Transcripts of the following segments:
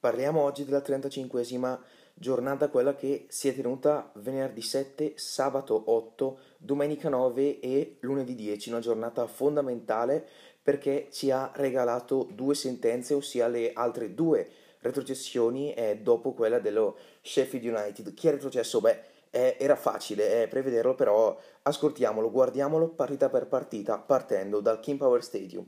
Parliamo oggi della 35esima giornata, quella che si è tenuta venerdì 7, sabato 8, domenica 9 e lunedì 10, una giornata fondamentale perché ci ha regalato due sentenze, ossia le altre due retrocessioni dopo quella dello Sheffield United. Chi è retrocesso? Era facile prevederlo, però ascoltiamolo, guardiamolo partita per partita, partendo dal King Power Stadium.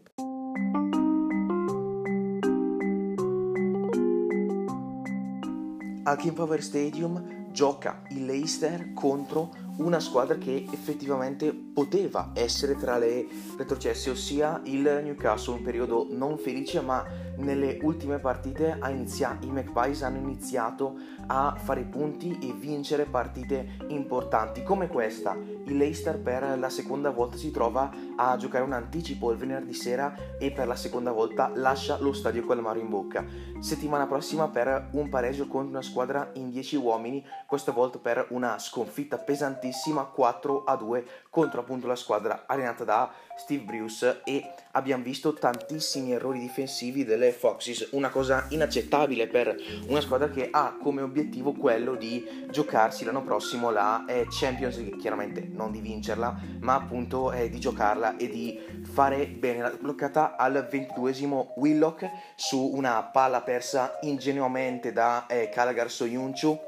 Al King Power Stadium gioca il Leicester contro una squadra che effettivamente poteva essere tra le retrocesse, ossia il Newcastle, un periodo non felice, ma nelle ultime partite i Magpies hanno iniziato a fare punti e vincere partite importanti come questa. Il Leicester per la seconda volta si trova a giocare un anticipo il venerdì sera e per la seconda volta lascia lo stadio con l'amaro in bocca. Settimana prossima per un pareggio contro una squadra in 10 uomini, questa volta per una sconfitta pesantissima 4-2 contro appunto la squadra allenata da Steve Bruce, e abbiamo visto tantissimi errori difensivi delle Foxes, una cosa inaccettabile per una squadra che ha come obiettivo quello di giocarsi l'anno prossimo la Champions League, chiaramente non di vincerla, ma appunto di giocarla e di fare bene. La bloccata al 22esimo Willock su una palla persa ingenuamente da Callagher Soyuncu,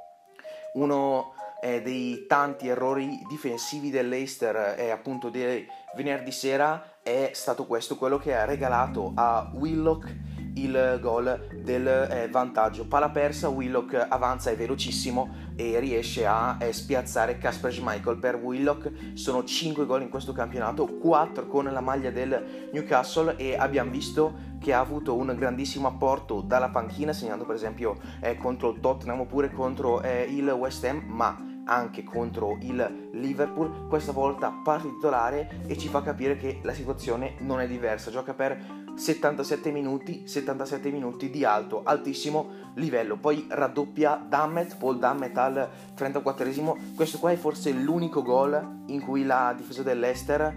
uno dei tanti errori difensivi del Leicester appunto di venerdì sera è stato questo, quello che ha regalato a Willock il gol del vantaggio. Palla persa, Willock avanza, è velocissimo e riesce a spiazzare Kasper Schmeichel. Per Willock sono 5 gol in questo campionato, 4 con la maglia del Newcastle, e abbiamo visto che ha avuto un grandissimo apporto dalla panchina, segnando per esempio contro il Tottenham oppure contro il West Ham, ma anche contro il Liverpool. Questa volta parte titolare e ci fa capire che la situazione non è diversa. Gioca per 77 minuti di altissimo livello. Poi raddoppia Paul Dummett al 34esimo. Questo qua è forse l'unico gol in cui la difesa dell'Leicester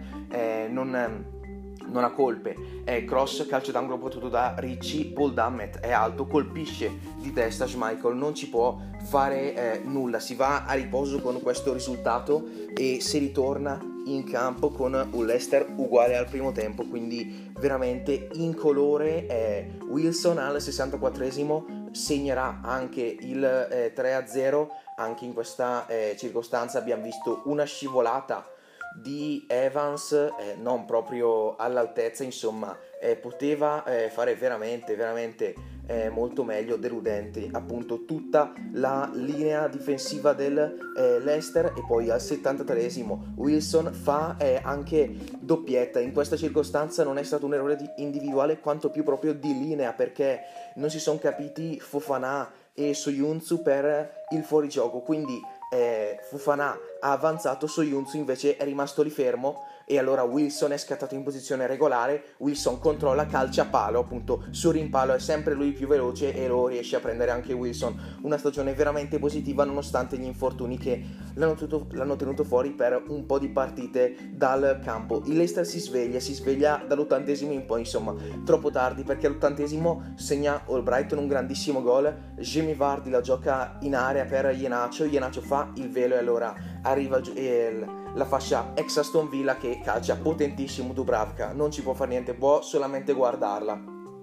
non ha colpe. È cross, calcio d'angolo battuto da Ricci. Paul Dummett è alto, colpisce di testa Schmeichel, non ci può fare nulla. Si va a riposo con questo risultato e si ritorna in campo con un Leicester uguale al primo tempo, quindi veramente incolore. Wilson al 64esimo segnerà anche il 3-0. Anche in questa circostanza abbiamo visto una scivolata di Evans non proprio all'altezza, insomma poteva fare veramente molto meglio, deludente appunto tutta la linea difensiva del Leicester. E poi al 73esimo Wilson fa anche doppietta. In questa circostanza non è stato un errore individuale quanto più proprio di linea, perché non si sono capiti Fofana e Soyuncu per il fuorigioco, quindi Fofana ha avanzato, Soyuncu invece è rimasto lì fermo, e allora Wilson è scattato in posizione regolare. Wilson controlla, calcia palo, appunto sul rimpallo è sempre lui più veloce e lo riesce a prendere anche Wilson. Una stagione veramente positiva nonostante gli infortuni che l'hanno tenuto fuori per un po' di partite dal campo. Il Leicester si sveglia dall'80esimo in poi, insomma troppo tardi, perché all'80esimo segna Albrighton un grandissimo gol. Jamie Vardy la gioca in area per Iheanacho fa il velo e allora arriva la fascia ex Aston Villa che calcia potentissimo Dubravka. Non ci può fare niente, può solamente guardarla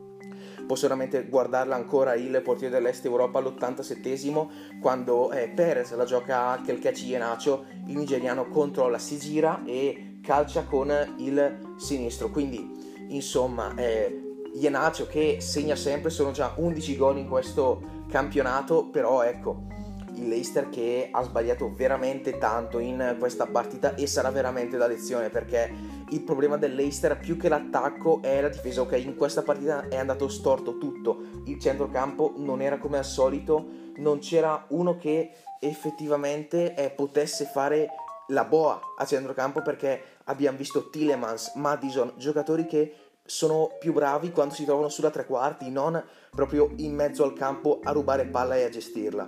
ancora il portiere dell'Est Europa all'87esimo, quando Perez la gioca a Kelkechi Iheanacho. Il nigeriano controlla, si gira e calcia con il sinistro. Quindi insomma Iheanacho che segna sempre, sono già 11 gol in questo campionato, però ecco il Leicester che ha sbagliato veramente tanto in questa partita, e sarà veramente da lezione, perché il problema del Leicester più che l'attacco è la difesa. Ok, in questa partita è andato storto tutto, il centrocampo non era come al solito, non c'era uno che effettivamente potesse fare la boa a centrocampo, perché abbiamo visto Tielemans, Maddison, giocatori che sono più bravi quando si trovano sulla tre quarti, non proprio in mezzo al campo a rubare palla e a gestirla.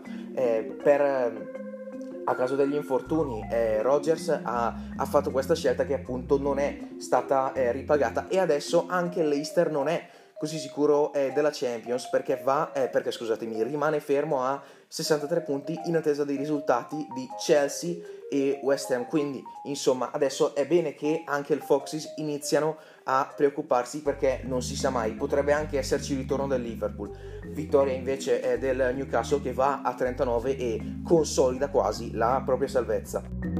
A causa degli infortuni Rodgers ha fatto questa scelta che appunto non è stata ripagata, e adesso anche il Leicester non è così sicuro della Champions perché rimane fermo a 63 punti in attesa dei risultati di Chelsea e West Ham. Quindi insomma adesso è bene che anche il Foxes iniziano a preoccuparsi, perché non si sa mai, potrebbe anche esserci il ritorno del Liverpool. Vittoria invece del Newcastle che va a 39 e consolida quasi la propria salvezza.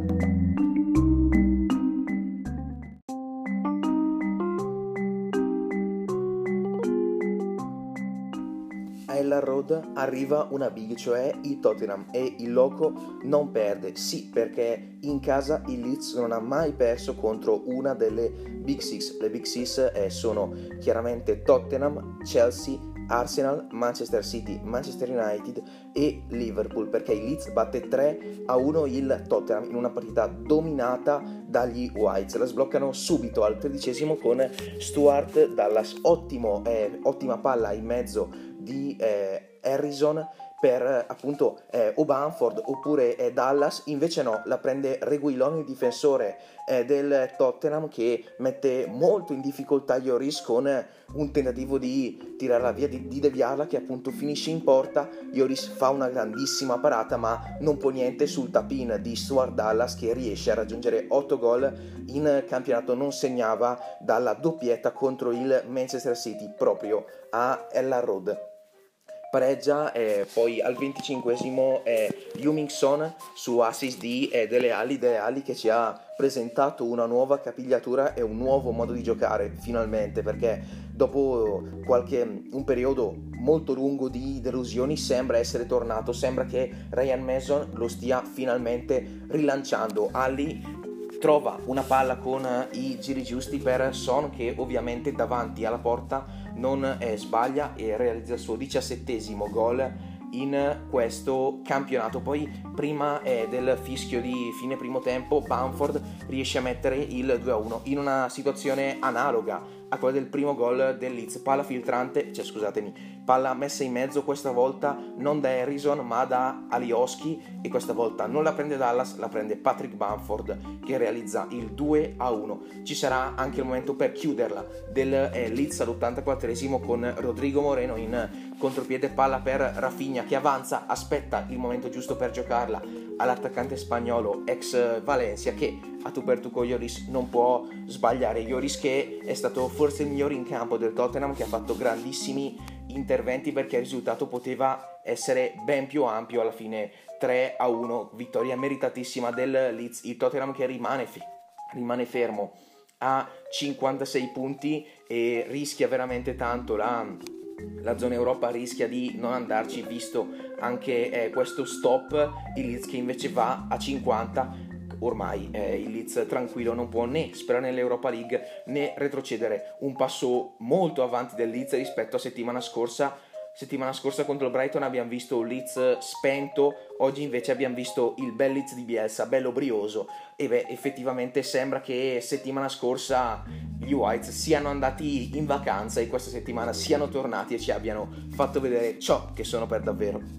A Elland Road arriva una big, cioè il Tottenham, e il loco non perde, sì, perché in casa il Leeds non ha mai perso contro una delle Big Six. Le Big Six sono chiaramente Tottenham, Chelsea, Arsenal, Manchester City, Manchester United e Liverpool, perché il Leeds batte 3-1 il Tottenham in una partita dominata dagli Whites. La sbloccano subito al 13° con Stuart Dallas, ottima palla in mezzo di Harrison per appunto o Bamford oppure Dallas. Invece no, la prende Reguilon, il difensore del Tottenham, che mette molto in difficoltà Lloris con un tentativo di tirarla via, di deviarla, che appunto finisce in porta. Lloris fa una grandissima parata ma non può niente sul tap-in di Stuart Dallas, che riesce a raggiungere 8 gol in campionato. Non segnava dalla doppietta contro il Manchester City proprio a Elland Road. Pareggia poi al 25° Heung-min Son su assist di Dele Alli, che ci ha presentato una nuova capigliatura e un nuovo modo di giocare finalmente, perché dopo un periodo molto lungo di delusioni sembra essere tornato, sembra che Ryan Mason lo stia finalmente rilanciando. Alli trova una palla con i giri giusti per Son, che ovviamente davanti alla porta non sbaglia e realizza il suo 17° gol in questo campionato. Poi prima del fischio di fine primo tempo Bamford riesce a mettere il 2-1 in una situazione analoga a quella del primo gol del Leeds. Palla messa in mezzo, questa volta non da Harrison ma da Alioski, e questa volta non la prende Dallas, la prende Patrick Bamford, che realizza il 2-1. Ci sarà anche il momento per chiuderla del Leeds all'84° con Rodrigo Moreno in contropiede, palla per Rafinha che avanza, aspetta il momento giusto per giocarla all'attaccante spagnolo ex Valencia, che a tu per tu con Lloris non può sbagliare. Lloris, che è stato forse il migliore in campo del Tottenham, che ha fatto grandissimi interventi perché il risultato poteva essere ben più ampio. Alla fine 3-1, vittoria meritatissima del Leeds. Il Tottenham che rimane fermo a 56 punti e rischia veramente tanto. La zona Europa rischia di non andarci, visto anche questo stop. Il Leeds che invece va a 50. Ormai il Leeds tranquillo non può né sperare nell'Europa League né retrocedere. Un passo molto avanti del Leeds rispetto a settimana scorsa contro il Brighton abbiamo visto un Leeds spento. Oggi invece abbiamo visto il bel Leeds di Bielsa, bello brioso. E effettivamente sembra che settimana scorsa gli Whites siano andati in vacanza e questa settimana siano tornati e ci abbiano fatto vedere ciò che sono per davvero.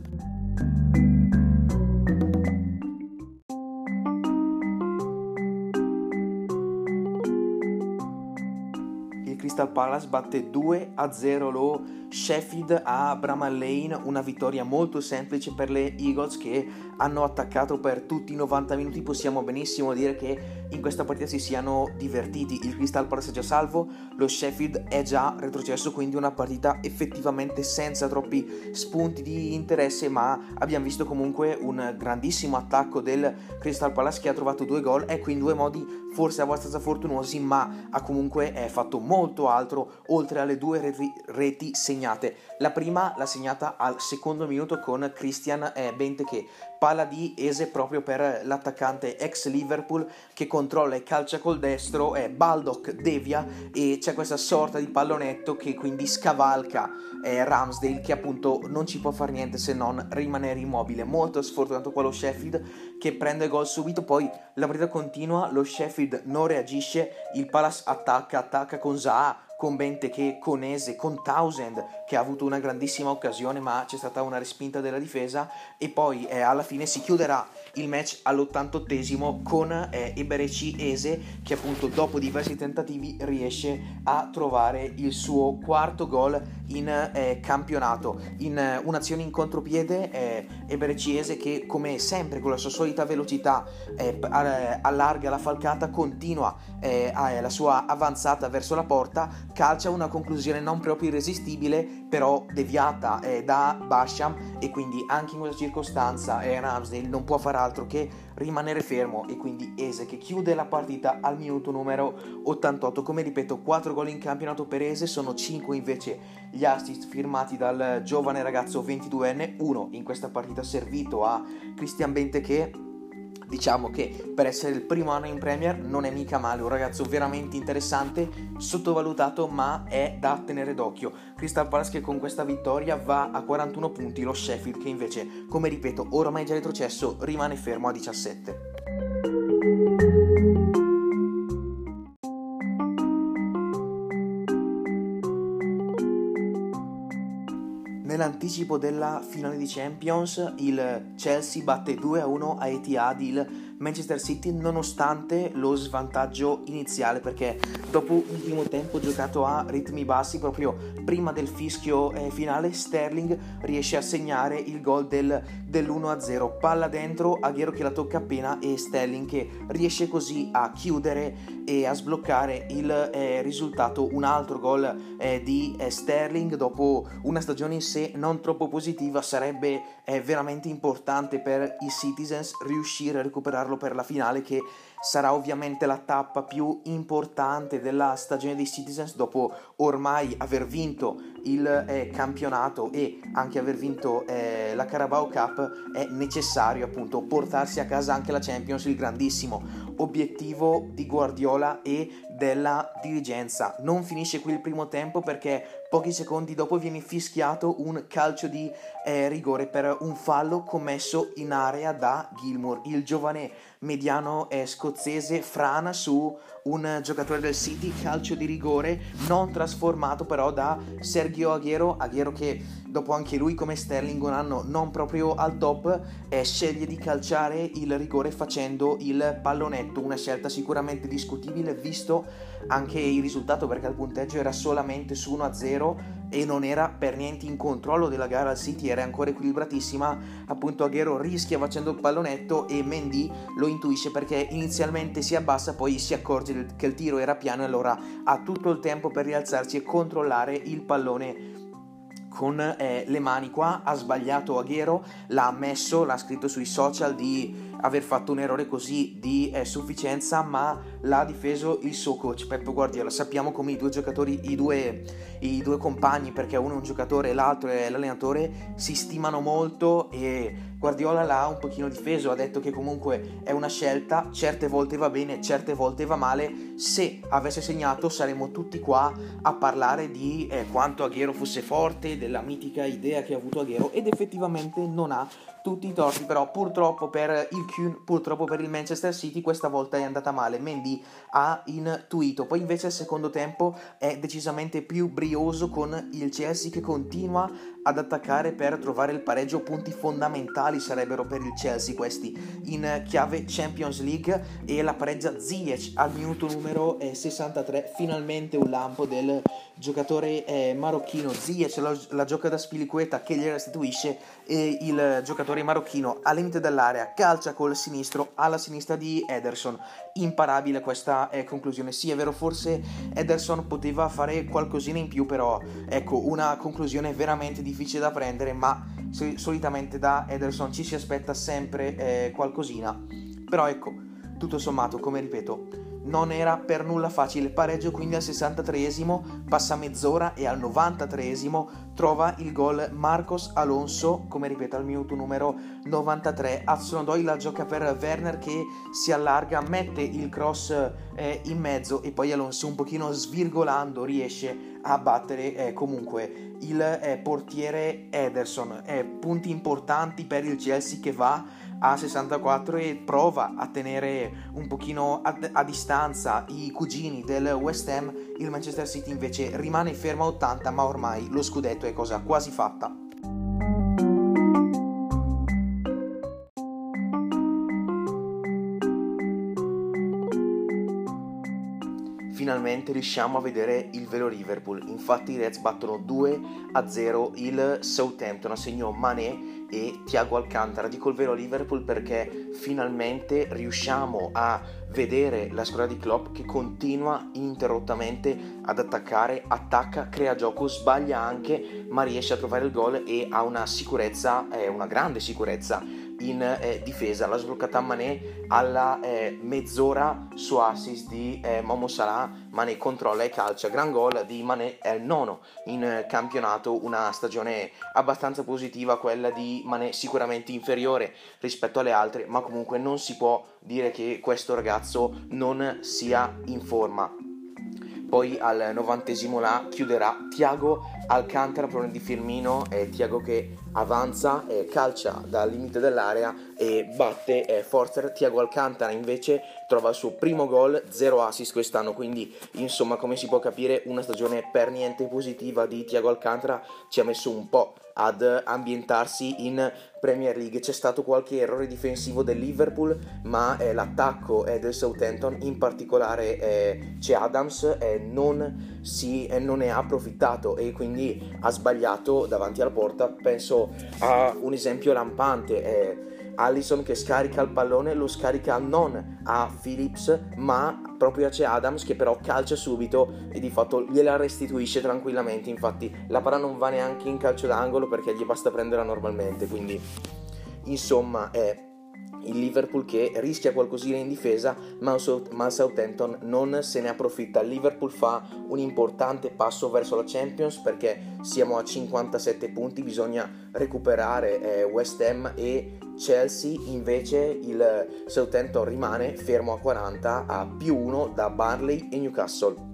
Crystal Palace batte 2-0 lo Sheffield a Bramall Lane, una vittoria molto semplice per le Eagles, che hanno attaccato per tutti i 90 minuti. Possiamo benissimo dire che in questa partita si siano divertiti. Il Crystal Palace è già salvo, lo Sheffield è già retrocesso, quindi una partita effettivamente senza troppi spunti di interesse, ma abbiamo visto comunque un grandissimo attacco del Crystal Palace, che ha trovato 2 gol, ecco, in 2 modi forse abbastanza fortunosi, ma ha comunque fatto molto altro oltre alle 2 reti segnate. La prima l'ha segnata al 2° minuto con Christian Benteke, palla di Eze proprio per l'attaccante ex Liverpool, che controlla e calcia col destro, Baldock devia e c'è questa sorta di pallonetto che quindi scavalca Ramsdale, che appunto non ci può fare niente se non rimanere immobile. Molto sfortunato qua lo Sheffield, che prende gol subito. Poi la partita continua, lo Sheffield non reagisce, il Palace attacca con Zaha, con Benteke, con Eze, con Townsend, che ha avuto una grandissima occasione ma c'è stata una respinta della difesa, e poi alla fine si chiuderà il match all'88esimo con Eberechi Eze, che appunto dopo diversi tentativi riesce a trovare il suo quarto gol in campionato, in un'azione in contropiede. Eberechi Eze, che come sempre con la sua solita velocità allarga la falcata, continua la sua avanzata verso la porta, calcia una conclusione non proprio irresistibile, però deviata da Basham, e quindi anche in questa circostanza Ramsdale non può far altro che rimanere fermo, e quindi Eze che chiude la partita al minuto numero 88. Come ripeto, 4 gol in campionato per Eze, sono 5 invece gli assist firmati dal giovane ragazzo 22enne, uno in questa partita servito a Christian Benteke. Diciamo che per essere il primo anno in Premier non è mica male, un ragazzo veramente interessante, sottovalutato, ma è da tenere d'occhio. Crystal Palace che con questa vittoria va a 41 punti, lo Sheffield che invece, come ripeto, oramai già retrocesso, rimane fermo a 17. Nell'anticipo della finale di Champions, il Chelsea batte 2-1 a Etihad il Manchester City, nonostante lo svantaggio iniziale, perché dopo un primo tempo giocato a ritmi bassi, proprio prima del fischio finale, Sterling riesce a segnare il gol dell'1-0, palla dentro, Aguero che la tocca appena, e Sterling che riesce così a chiudere e a sbloccare il risultato. Un altro gol di Sterling dopo una stagione in sé non troppo positiva. Sarebbe veramente importante per i Citizens riuscire a recuperarlo per la finale, che sarà ovviamente la tappa più importante della stagione dei Citizens, dopo ormai aver vinto il campionato e anche aver vinto la Carabao Cup. È necessario appunto portarsi a casa anche la Champions, il grandissimo obiettivo di Guardiola e della dirigenza. Non finisce qui il primo tempo, perché pochi secondi dopo viene fischiato un calcio di rigore per un fallo commesso in area da Gilmour, il giovane mediano scozzese, frana su un giocatore del City. Calcio di rigore non trasformato però da Sergio Aguero che dopo anche lui come Sterling un anno non proprio al top, sceglie di calciare il rigore facendo il pallonetto, una scelta sicuramente discutibile visto anche il risultato, perché il punteggio era solamente su 1-0 e non era per niente in controllo della gara. al City era ancora equilibratissima. Appunto Aguero rischia facendo il pallonetto e Mendy lo intuisce, perché inizialmente si abbassa, poi si accorge che il tiro era piano e allora ha tutto il tempo per rialzarsi e controllare il pallone con le mani. Qua ha sbagliato Aguero, l'ha ammesso, l'ha scritto sui social di aver fatto un errore così di sufficienza, ma l'ha difeso il suo coach Pep Guardiola. Sappiamo come i due giocatori, i due compagni, perché uno è un giocatore e l'altro è l'allenatore, si stimano molto, e Guardiola l'ha un pochino difeso, ha detto che comunque è una scelta, certe volte va bene, certe volte va male. Se avesse segnato saremmo tutti qua a parlare di quanto Aguero fosse forte, della mitica idea che ha avuto Aguero, ed effettivamente non ha tutti i torti. Però purtroppo per il Manchester City questa volta è andata male. Mendy ha intuito, poi invece il secondo tempo è decisamente più brioso, con il Chelsea che continua ad attaccare per trovare il pareggio. Punti fondamentali sarebbero per il Chelsea questi in chiave Champions League, e la pareggia Ziyech al minuto numero 63. Finalmente un lampo del giocatore marocchino. Ziyech la gioca da Spilicueta che gli restituisce, e il giocatore marocchino al limite dell'area calcia col sinistro alla sinistra di Ederson. Imparabile questa conclusione. Sì, è vero, forse Ederson poteva fare qualcosina in più, però ecco, una conclusione veramente difficile da prendere, ma solitamente da Ederson ci si aspetta sempre qualcosina. Però ecco, tutto sommato, come ripeto, non era per nulla facile. Pareggio quindi al 63esimo, passa mezz'ora e al 93esimo trova il gol Marcos Alonso, come ripeto al minuto numero 93. Hudson-Odoi la gioca per Werner che si allarga, mette il cross in mezzo, e poi Alonso un pochino svirgolando riesce a battere comunque il portiere Ederson. Punti importanti per il Chelsea che va a 64 e prova a tenere un pochino a distanza i cugini del West Ham, il Manchester City invece rimane fermo a 80, ma ormai lo scudetto è cosa quasi fatta. Finalmente riusciamo a vedere il vero Liverpool, infatti i Reds battono 2-0 il Southampton, segnò Mané e Thiago Alcantara. Dico il vero Liverpool perché finalmente riusciamo a vedere la squadra di Klopp che continua ininterrottamente ad attaccare, attacca, crea gioco, sbaglia anche ma riesce a trovare il gol e ha una sicurezza, una grande sicurezza in difesa. L'ha sbloccata Mané alla mezz'ora su assist di Momo Salah. Mané controlla e calcia, gran gol di Mané, è il 9° in campionato, una stagione abbastanza positiva quella di Mané, sicuramente inferiore rispetto alle altre, ma comunque non si può dire che questo ragazzo non sia in forma. Poi al 90° là chiuderà Thiago Alcantara, problema di Firmino, Thiago che avanza, calcia dal limite dell'area e batte Forster. Thiago Alcantara invece trova il suo primo gol, 0 assist quest'anno, quindi insomma come si può capire una stagione per niente positiva di Thiago Alcantara, ci ha messo un po' ad ambientarsi in Premier League. C'è stato qualche errore difensivo del Liverpool, ma l'attacco del Southampton, in particolare c'è Adams, non ne ha approfittato e quindi ha sbagliato davanti alla porta. Penso a un esempio lampante, Alisson che scarica il pallone, lo scarica non a Phillips ma proprio a Che Adams, che però calcia subito e di fatto gliela restituisce tranquillamente. Infatti la palla non va neanche in calcio d'angolo perché gli basta prenderla normalmente, quindi insomma è il Liverpool che rischia qualcosina in difesa, ma il Southampton non se ne approfitta. Il Liverpool fa un importante passo verso la Champions perché siamo a 57 punti, bisogna recuperare West Ham e Chelsea, invece il Southampton rimane fermo a 40, a +1 da Burnley e Newcastle.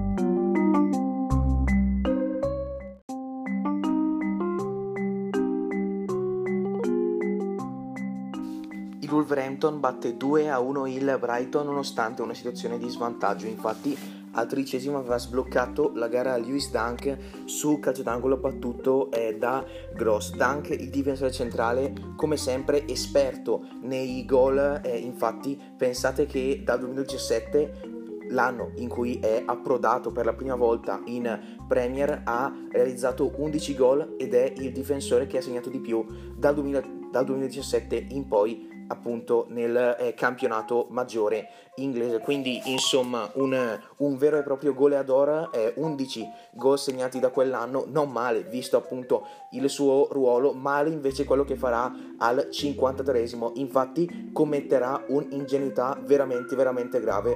Il Wolverhampton batte 2-1 il Brighton nonostante una situazione di svantaggio. Infatti al 13° aveva sbloccato la gara Lewis Dunk su calcio d'angolo battuto da Gross. Dunk, il difensore centrale, come sempre esperto nei gol, infatti pensate che dal 2017, l'anno in cui è approdato per la prima volta in Premier, ha realizzato 11 gol ed è il difensore che ha segnato di più dal 2017 in poi, appunto nel campionato maggiore inglese. Quindi insomma un vero e proprio goleador, 11 gol segnati da quell'anno, non male visto appunto il suo ruolo, male invece quello che farà al 53°. Infatti commetterà un'ingenuità veramente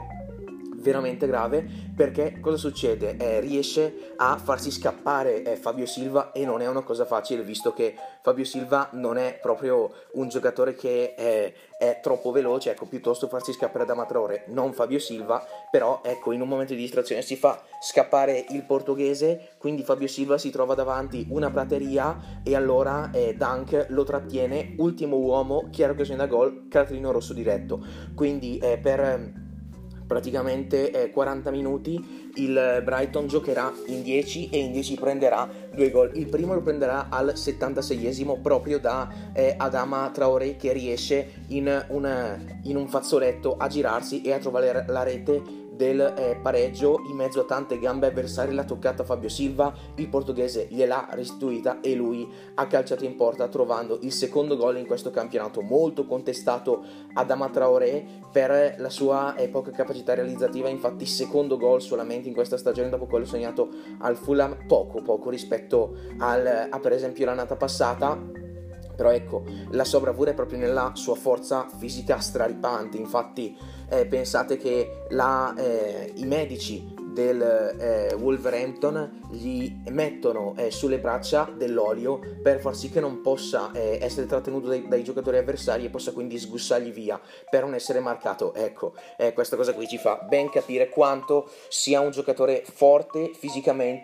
grave, perché cosa succede? Riesce a farsi scappare Fabio Silva e non è una cosa facile, visto che Fabio Silva non è proprio un giocatore che è troppo veloce, ecco, piuttosto farsi scappare Adama Traoré, non Fabio Silva, però ecco, in un momento di distrazione si fa scappare il portoghese, quindi Fabio Silva si trova davanti una prateria e allora Dunk lo trattiene, ultimo uomo, chiaro che segna gol, cartellino rosso diretto. Quindi per praticamente 40 minuti il Brighton giocherà in 10 e in 10 prenderà 2 gol. Il primo lo prenderà al 76° proprio da Adama Traoré, che riesce in un fazzoletto a girarsi e a trovare la rete del pareggio in mezzo a tante gambe avversarie. L'ha toccata Fabio Silva, il portoghese gliel'ha restituita e lui ha calciato in porta trovando il secondo gol in questo campionato. Molto contestato Adama Traoré per la sua poca capacità realizzativa, infatti secondo gol solamente in questa stagione dopo quello segnato al Fulham, poco rispetto a per esempio l'annata passata. Però ecco, la sua bravura è proprio nella sua forza fisica straripante. Infatti pensate che i medici del Wolverhampton gli mettono sulle braccia dell'olio per far sì che non possa essere trattenuto dai giocatori avversari e possa quindi sgussargli via per non essere marcato. Ecco, questa cosa qui ci fa ben capire quanto sia un giocatore forte fisicamente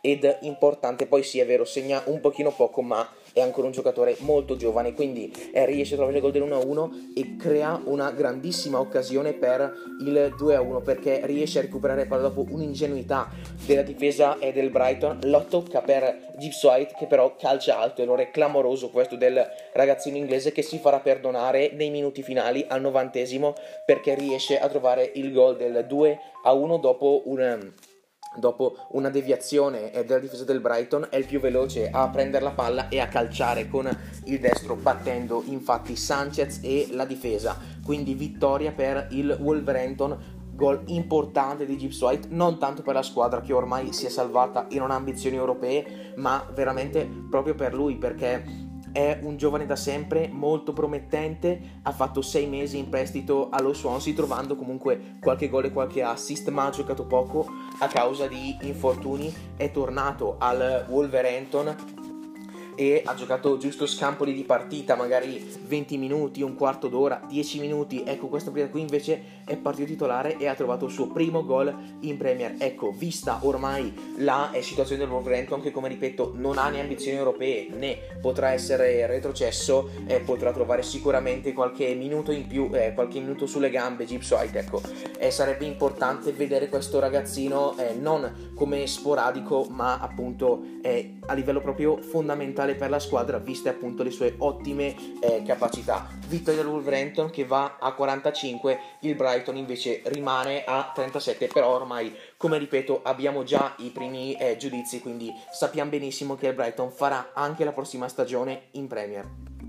ed importante. Poi sì, è vero, segna un pochino poco, ma è ancora un giocatore molto giovane, quindi riesce a trovare il gol dell'1-1 e crea una grandissima occasione per il 2-1, perché riesce a recuperare palla dopo un'ingenuità della difesa e del Brighton, la tocca per Gibbs White che però calcia alto, e allora è clamoroso questo del ragazzino inglese, che si farà perdonare nei minuti finali al 90esimo, perché riesce a trovare il gol del 2-1 dopo una deviazione della difesa del Brighton. È il più veloce a prendere la palla e a calciare con il destro, battendo infatti Sanchez e la difesa. Quindi vittoria per il Wolverhampton, gol importante di Gibbs White, non tanto per la squadra che ormai si è salvata e non ha ambizioni europee, ma veramente proprio per lui, perché è un giovane da sempre, molto promettente, ha fatto 6 mesi in prestito allo Swansea, trovando comunque qualche gol e qualche assist, ma ha giocato poco a causa di infortuni. È tornato al Wolverhampton e ha giocato giusto scampoli di partita, magari 20 minuti, un quarto d'ora, 10 minuti. Ecco, questa partita qui invece è partito titolare e ha trovato il suo primo gol in Premier. Ecco, vista ormai la situazione del Wolverhampton, che come ripeto non ha né ambizioni europee né potrà essere retrocesso, potrà trovare sicuramente qualche minuto in più, qualche minuto sulle gambe Gibbs White. Ecco, sarebbe importante vedere questo ragazzino non come sporadico, ma appunto a livello proprio fondamentale per la squadra, viste appunto le sue ottime capacità. Vittoria del Wolverhampton che va a 45, il Brighton invece rimane a 37, però ormai, come ripeto, abbiamo già i primi giudizi, quindi sappiamo benissimo che il Brighton farà anche la prossima stagione in Premier.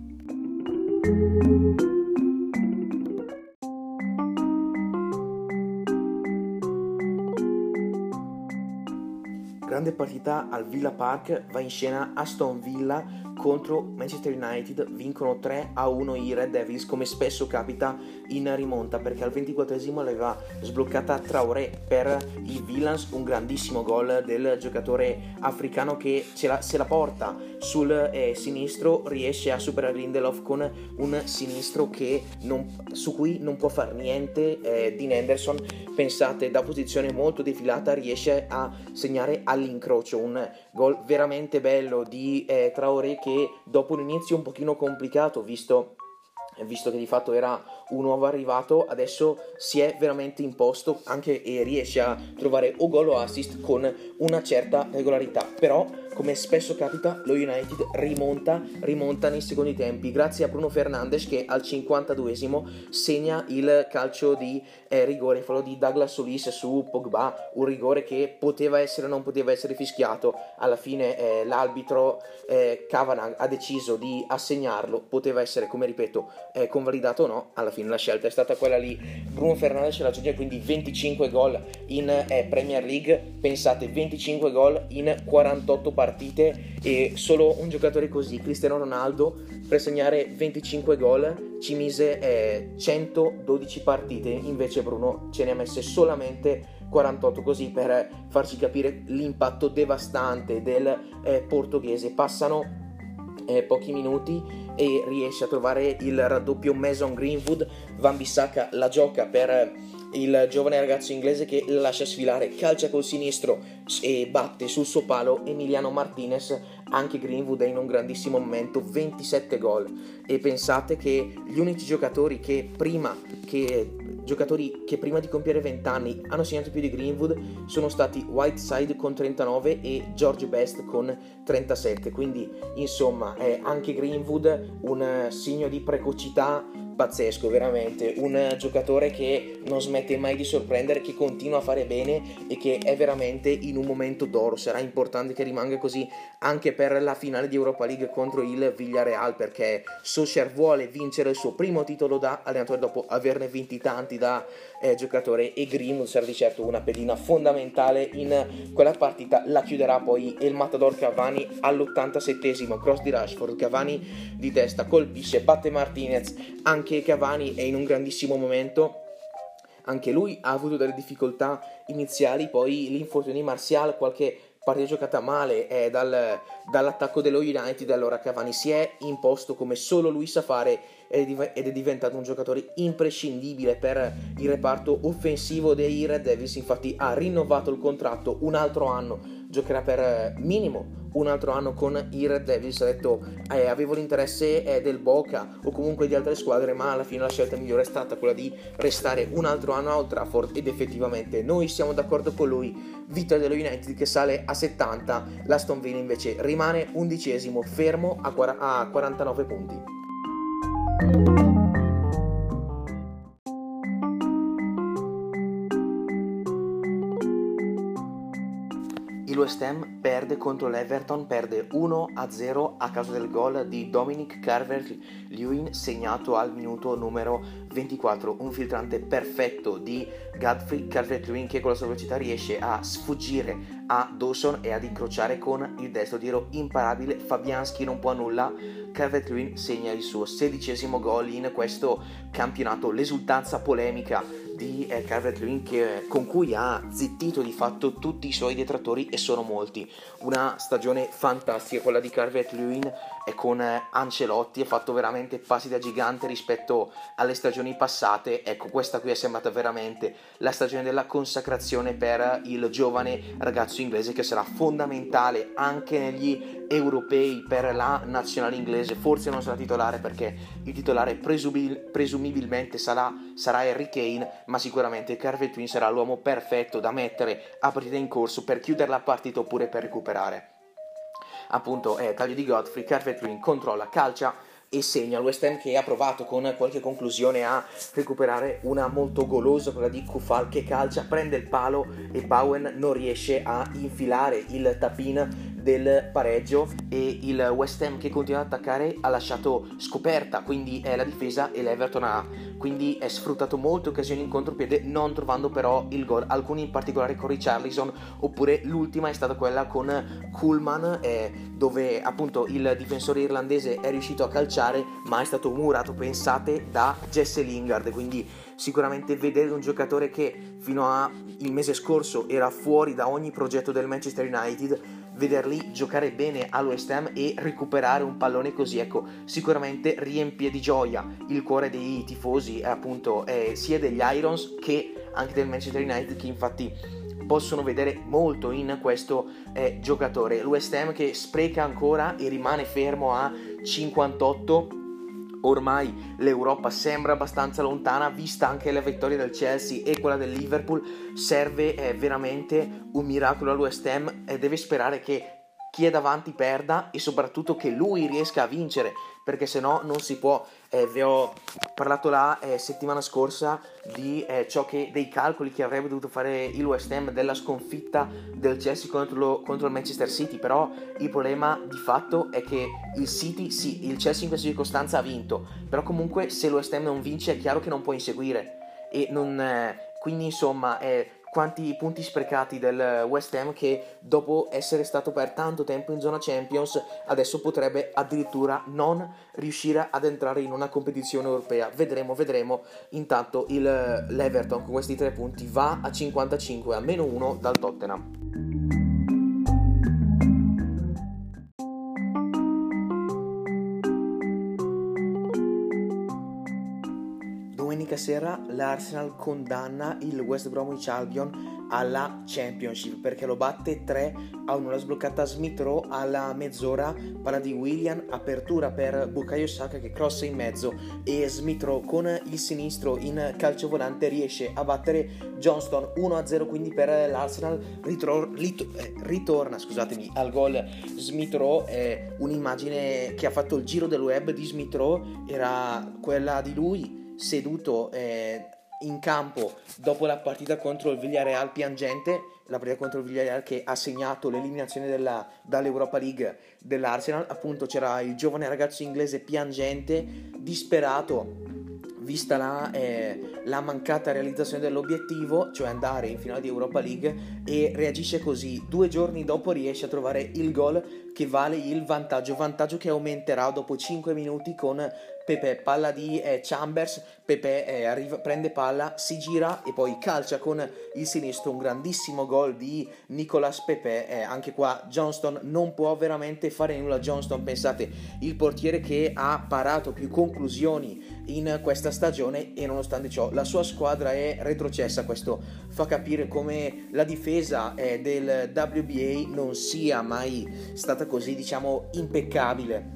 Grande partita al Villa Park, va in scena Aston Villa contro Manchester United, vincono 3-1 i Red Devils, come spesso capita in rimonta, perché al 24esimo l'aveva sbloccata Traoré per i Villans, un grandissimo gol del giocatore africano che se la porta sul sinistro, riesce a superare Lindelof con un sinistro su cui non può far niente Dean Henderson. Pensate, da posizione molto defilata riesce a segnare all'incrocio, un gol veramente bello di Traoré, che dopo un inizio un pochino complicato, visto che di fatto era un nuovo arrivato, adesso si è veramente imposto anche e riesce a trovare o gol o assist con una certa regolarità. Però, come spesso capita, lo United rimonta nei secondi tempi grazie a Bruno Fernandes, che al 52esimo segna il calcio di rigore, fallo di Douglas Solis su Pogba, un rigore che poteva essere o non poteva essere fischiato. Alla fine l'arbitro Kavanagh ha deciso di assegnarlo, poteva essere, come ripeto, convalidato o no. Alla fine la scelta è stata quella lì. Bruno Fernandes raggiunge quindi 25 gol in Premier League. Pensate, 25 gol in 48 partite, e solo un giocatore così, Cristiano Ronaldo, per segnare 25 gol ci mise 112 partite, invece Bruno ce ne ha messe solamente 48, così per farci capire l'impatto devastante del portoghese. Passano pochi minuti e riesce a trovare il raddoppio Mason Greenwood. Wan-Bissaka la gioca per il giovane ragazzo inglese, che la lascia sfilare, calcia col sinistro e batte sul suo palo Emiliano Martinez. Anche Greenwood è in un grandissimo momento, 27 gol. E pensate che gli unici giocatori che prima di compiere 20 anni hanno segnato più di Greenwood sono stati Whiteside con 39 e George Best con 37. Quindi insomma anche Greenwood un segno di precocità pazzesco, veramente un giocatore che non smette mai di sorprendere, che continua a fare bene e che è veramente in un momento d'oro. Sarà importante che rimanga così anche per la finale di Europa League contro il Villarreal, perché Solskjaer vuole vincere il suo primo titolo da allenatore dopo averne vinti tanti da giocatore, e Greenwood sarà di certo una pedina fondamentale in quella partita. La chiuderà poi il Matador Cavani all'87esimo, cross di Rashford, Cavani di testa colpisce, batte Martinez. Anche Cavani è in un grandissimo momento, anche lui ha avuto delle difficoltà iniziali, poi l'infortunio di Martial, qualche partita giocata male dall'attacco dello United. Allora Cavani si è imposto come solo lui sa fare ed è diventato un giocatore imprescindibile per il reparto offensivo dei Red Devils. Infatti ha rinnovato il contratto un altro anno giocherà per minimo un altro anno con i Red Devils. Ha detto avevo l'interesse del Boca o comunque di altre squadre, ma alla fine la scelta migliore è stata quella di restare un altro anno a Old Trafford, ed effettivamente noi siamo d'accordo con lui. Vittoria dello United che sale a 70, l'Aston Villa invece rimane 11esimo, fermo a 49 punti. Il West Ham perde contro l'Everton, perde 1-0 a causa del gol di Dominic Calvert-Lewin segnato al minuto numero 24, un filtrante perfetto di Godfrey Calvert-Lewin che con la sua velocità riesce a sfuggire a Dawson e ad incrociare con il destro, tiro imparabile, Fabianski non può nulla, Calvert-Lewin segna il suo 16esimo gol in questo campionato, l'esultanza polemica di Calvert-Lewin con cui ha zittito di fatto tutti i suoi detrattori, e sono molti. Una stagione fantastica quella di Calvert-Lewin, e con Ancelotti ha fatto veramente passi da gigante rispetto alle stagioni passate. Ecco, questa qui è sembrata veramente la stagione della consacrazione per il giovane ragazzo inglese, che sarà fondamentale anche negli europei per la nazionale inglese. Forse non sarà titolare perché il titolare presumibilmente sarà Harry Kane, ma sicuramente Calvert-Lewin sarà l'uomo perfetto da mettere a partita in corso per chiudere la partita oppure per recuperare. Appunto taglio di Godfrey, Calvert-Lewin controlla, calcia e segna. Il West Ham che ha provato con qualche conclusione a recuperare una molto golosa, quella di Kufal, che calcia, prende il palo e Bowen non riesce a infilare il tap-in del pareggio, e il West Ham che continua ad attaccare ha lasciato scoperta quindi la difesa, e l'Everton ha quindi sfruttato molte occasioni in contropiede, non trovando però il gol, alcuni in particolare con Richarlison, oppure l'ultima è stata quella con Koolman dove appunto il difensore irlandese è riuscito a calciare ma è stato murato, pensate, da Jesse Lingard. Quindi sicuramente vedere un giocatore che fino al mese scorso era fuori da ogni progetto del Manchester United, vederli giocare bene al West Ham e recuperare un pallone così, ecco, sicuramente riempie di gioia il cuore dei tifosi, appunto sia degli Irons che anche del Manchester United, che infatti possono vedere molto in questo giocatore. Il West Ham che spreca ancora e rimane fermo a 58. Ormai l'Europa sembra abbastanza lontana, vista anche la vittoria del Chelsea e quella del Liverpool. Serve veramente un miracolo al West Ham e deve sperare che chi è davanti perda e soprattutto che lui riesca a vincere, perché se no non si può. Vi ho parlato la settimana scorsa di dei calcoli che avrebbe dovuto fare il West Ham della sconfitta del Chelsea contro il Manchester City, però il problema di fatto è che il City, sì, il Chelsea in questa circostanza ha vinto, però comunque se il West Ham non vince è chiaro che non può inseguire, e quindi insomma quanti punti sprecati del West Ham, che dopo essere stato per tanto tempo in zona Champions adesso potrebbe addirittura non riuscire ad entrare in una competizione europea. Vedremo. Intanto l'Everton con questi 3 punti va a 55, a -1 dal Tottenham. Domenica sera l'Arsenal condanna il West Bromwich Albion alla Championship perché lo batte 3-1. La sbloccata Smith Rowe alla mezz'ora, palla di Willian, apertura per Bukayo Saka che crossa in mezzo, e Smith Rowe con il sinistro in calcio volante riesce a battere Johnston 1-0, quindi per l'Arsenal ritorna al gol Smith Rowe. Un'immagine che ha fatto il giro del web di Smith Rowe era quella di lui seduto in campo dopo la partita contro il Villarreal, piangente, la partita contro il Villarreal che ha segnato l'eliminazione dall'Europa League dell'Arsenal. Appunto c'era il giovane ragazzo inglese piangente, disperato vista la mancata realizzazione dell'obiettivo, cioè andare in finale di Europa League, e reagisce così. 2 giorni dopo riesce a trovare il gol che vale il vantaggio che aumenterà dopo 5 minuti con Pepe, palla di Chambers, Pepe prende palla, si gira e poi calcia con il sinistro, un grandissimo gol di Nicolas Pepe. Anche qua Johnston non può veramente fare nulla. Johnston, pensate, il portiere che ha parato più conclusioni in questa stagione, e nonostante ciò la sua squadra è retrocessa. Questo fa capire come la difesa del WBA non sia mai stata così, diciamo, impeccabile.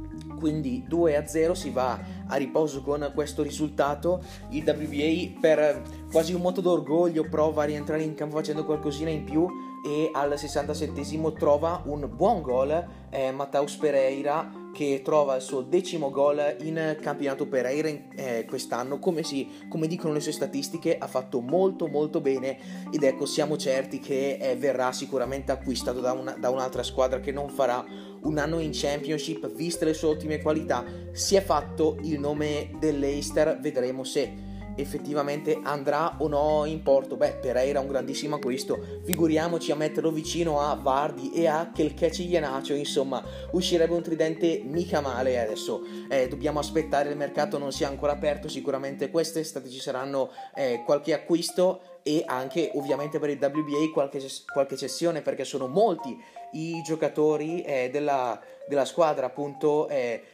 Quindi 2-0, si va a riposo con questo risultato. Il WBA, per quasi un moto d'orgoglio, prova a rientrare in campo facendo qualcosina in più, e al 67esimo trova un buon gol Matheus Pereira, che trova il suo 10° gol in campionato. Pereira quest'anno, come dicono le sue statistiche, ha fatto molto molto bene, ed ecco, siamo certi che verrà sicuramente acquistato da un'altra squadra che non farà un anno in Championship, viste le sue ottime qualità. Si è fatto il nome dell'Leicester, vedremo se effettivamente andrà o no in porto. Pereira è un grandissimo acquisto, figuriamoci a metterlo vicino a Vardy e a Kelkechi Iheanacho, insomma uscirebbe un tridente mica male. Adesso dobbiamo aspettare, il mercato non sia ancora aperto, sicuramente quest'estate ci saranno qualche acquisto, e anche ovviamente per il WBA qualche cessione, perché sono molti i giocatori della squadra, appunto,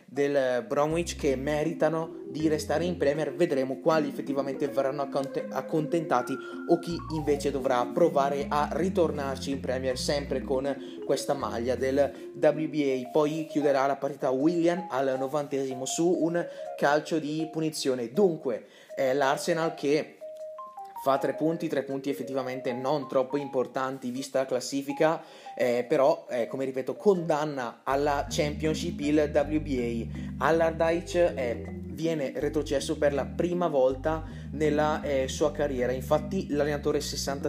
del Bromwich, che meritano di restare in Premier. Vedremo quali effettivamente verranno accontentati o chi invece dovrà provare a ritornarci in Premier sempre con questa maglia del WBA. Poi chiuderà la partita Willian al 90esimo su un calcio di punizione. Dunque l'Arsenal, che fa 3 punti effettivamente non troppo importanti vista la classifica, però come ripeto condanna alla Championship il WBA. Allardyce viene retrocesso per la prima volta nella sua carriera. Infatti l'allenatore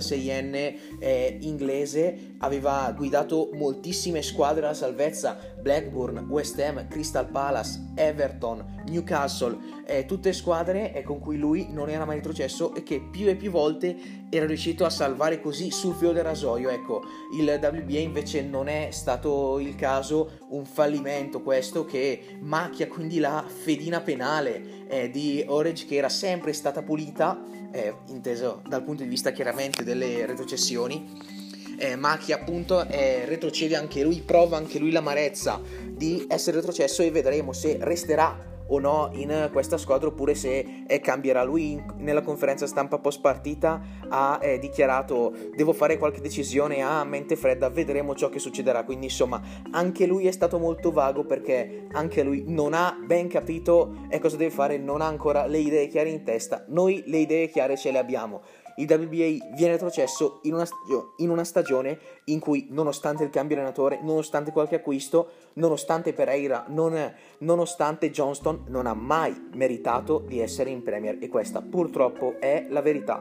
66enne inglese aveva guidato moltissime squadre alla salvezza: Blackburn, West Ham, Crystal Palace, Everton, Newcastle, tutte squadre con cui lui non era mai retrocesso e che più e più volte era riuscito a salvare così sul filo del rasoio. Ecco, il WBA invece non è stato il caso, un fallimento questo che macchia quindi la fedina penale di Origi, che era sempre stata pulita, inteso dal punto di vista chiaramente delle retrocessioni. Macchia appunto retrocede anche lui, prova anche lui l'amarezza di essere retrocesso, e vedremo se resterà o no in questa squadra oppure se cambierà. Lui nella conferenza stampa post partita ha dichiarato: devo fare qualche decisione a mente fredda, vedremo ciò che succederà. Quindi insomma anche lui è stato molto vago, perché anche lui non ha ben capito cosa deve fare, non ha ancora le idee chiare in testa. Noi le idee chiare ce le abbiamo. Il WBA viene retrocesso in una stagione in cui, nonostante il cambio allenatore, nonostante qualche acquisto, nonostante Pereira, nonostante Johnston, non ha mai meritato di essere in Premier, e questa purtroppo è la verità.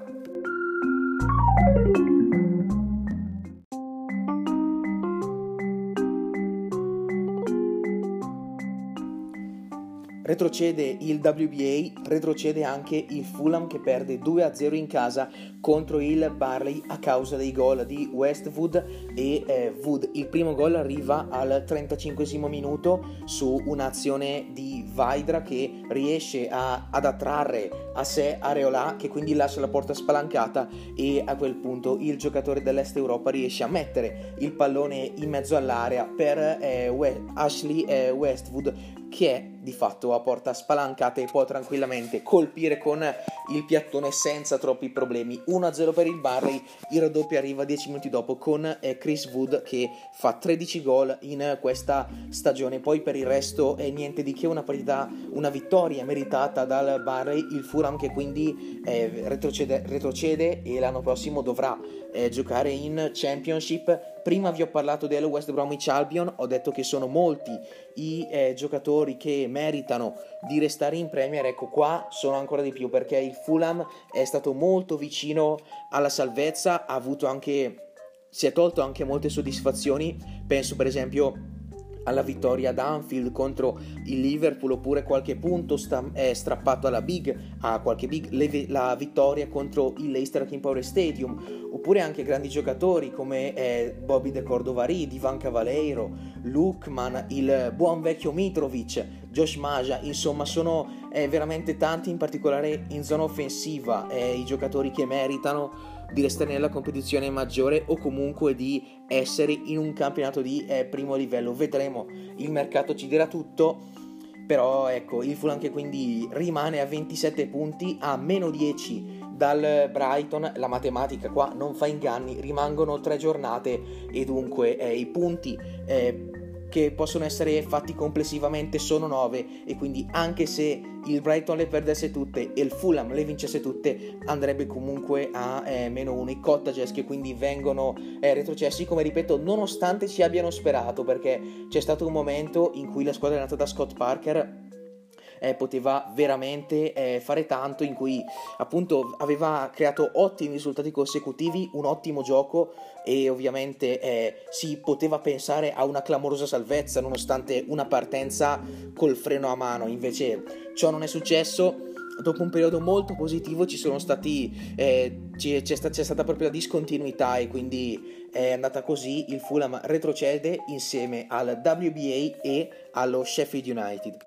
Retrocede il WBA, retrocede anche il Fulham, che perde 2-0 in casa contro il Burnley a causa dei gol di Westwood e Wood. Il primo gol arriva al 35esimo minuto su un'azione di Vydra, che riesce ad attrarre a sé Areola, che quindi lascia la porta spalancata, e a quel punto il giocatore dell'Est Europa riesce a mettere il pallone in mezzo all'area per Ashley Westwood, che è di fatto a porta spalancata e può tranquillamente colpire con il piattone senza troppi problemi. 1-0 per il Burnley. Il raddoppio arriva 10 minuti dopo con Chris Wood, che fa 13 gol in questa stagione. Poi per il resto niente di che, una vittoria meritata dal Burnley. Il Fulham, che quindi retrocede e l'anno prossimo dovrà giocare in Championship. Prima vi ho parlato del West Bromwich Albion, ho detto che sono molti i giocatori che meritano di restare in Premier. Ecco, qua sono ancora di più, perché il Fulham è stato molto vicino alla salvezza, si è tolto anche molte soddisfazioni. Penso per esempio alla vittoria ad Anfield contro il Liverpool, oppure qualche punto strappato alla a qualche big, la vittoria contro il Leicester King Power Stadium, oppure anche grandi giocatori come Bobby De Cordova-Reid, Ivan Cavaleiro, Lookman, il buon vecchio Mitrovic, Josh Maja. Insomma, sono veramente tanti, in particolare in zona offensiva, i giocatori che meritano di restare nella competizione maggiore o comunque di essere in un campionato di primo livello. Vedremo, il mercato ci dirà tutto, però ecco, il Fulham che quindi rimane a 27 punti, a meno 10 dal Brighton. La matematica qua non fa inganni, rimangono 3 giornate e dunque i punti che possono essere fatti complessivamente sono 9, e quindi anche se il Brighton le perdesse tutte e il Fulham le vincesse tutte, andrebbe comunque a meno 1. I Cottagers che quindi vengono retrocessi, come ripeto, nonostante ci abbiano sperato, perché c'è stato un momento in cui la squadra nata da Scott Parker poteva veramente fare tanto, in cui appunto aveva creato ottimi risultati consecutivi, un ottimo gioco, e ovviamente si poteva pensare a una clamorosa salvezza nonostante una partenza col freno a mano. Invece ciò non è successo. Dopo un periodo molto positivo c'è stata proprio la discontinuità, e quindi è andata così. Il Fulham retrocede insieme al WBA e allo Sheffield United.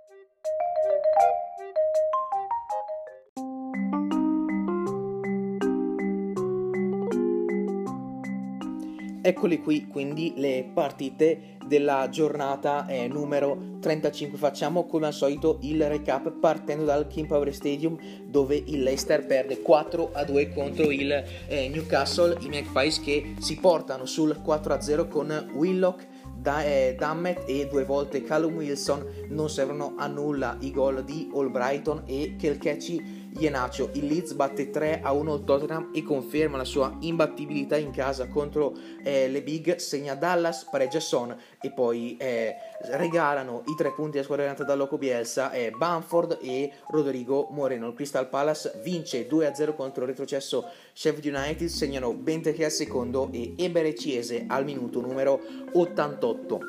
Eccole qui quindi le partite della giornata numero 35. Facciamo come al solito il recap partendo dal King Power Stadium, dove il Leicester perde 4-2 contro il Newcastle. I Magpies che si portano sul 4-0 con Willock, Dummett e 2 volte Callum Wilson. Non servono a nulla i gol di Albrighton e Kelkechi Iheanacho. Il Leeds batte 3-1 il Tottenham e conferma la sua imbattibilità in casa contro le Big. Segna Dallas, pareggia Son, e poi regalano i 3 punti alla squadra allenata da Loco Bielsa Bamford e Rodrigo Moreno. Il Crystal Palace vince 2-0 contro il retrocesso Sheffield United. Segnano Benteke al secondo e Ebere Chiese al minuto numero 88.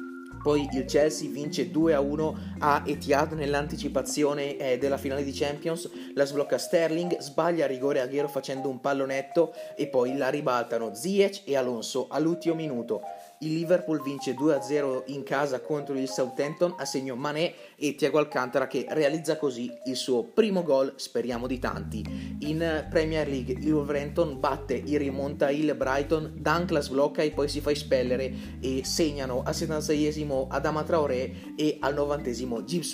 Poi il Chelsea vince 2-1 a Etihad nell'anticipazione della finale di Champions. La sblocca Sterling, sbaglia a rigore Agüero facendo un pallonetto, e poi la ribaltano Ziyech e Alonso all'ultimo minuto. Il Liverpool vince 2-0 in casa contro il Southampton a segno Mané e Thiago Alcantara, che realizza così il suo primo gol, speriamo di tanti. In Premier League il Wolverhampton batte in rimonta il Brighton, Dunk la sblocca e poi si fa espellere, e segnano al 76esimo Adama Traoré e al 90esimo Gibbs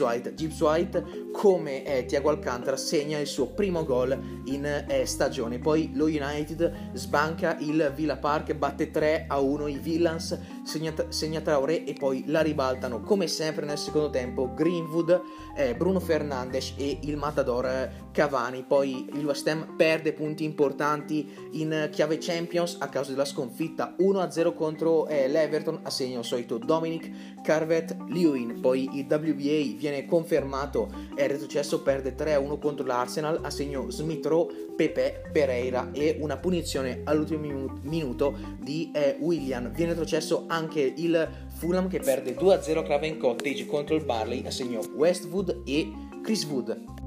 White come Thiago Alcantara segna il suo primo gol in stagione. Poi lo United sbanca il Villa Park, batte 3-1 i Villans, segna Traoré e poi la ribaltano come sempre nel secondo tempo Greenwood, Bruno Fernandes e il Matador Cavani. Poi il West Ham perde punti importanti in chiave Champions a causa della sconfitta 1-0 contro l'Everton a segno il solito Dominic Calvert-Lewin. Poi il WBA viene confermato, è retrocesso, perde 3-1 contro l'Arsenal a segno Smith Rowe, Pepe, Pereira e una punizione all'ultimo minuto di Willian. Viene retrocesso anche il Fulham che perde 2-0 a Craven Cottage contro il Burnley a segno Westwood e Chris Wood.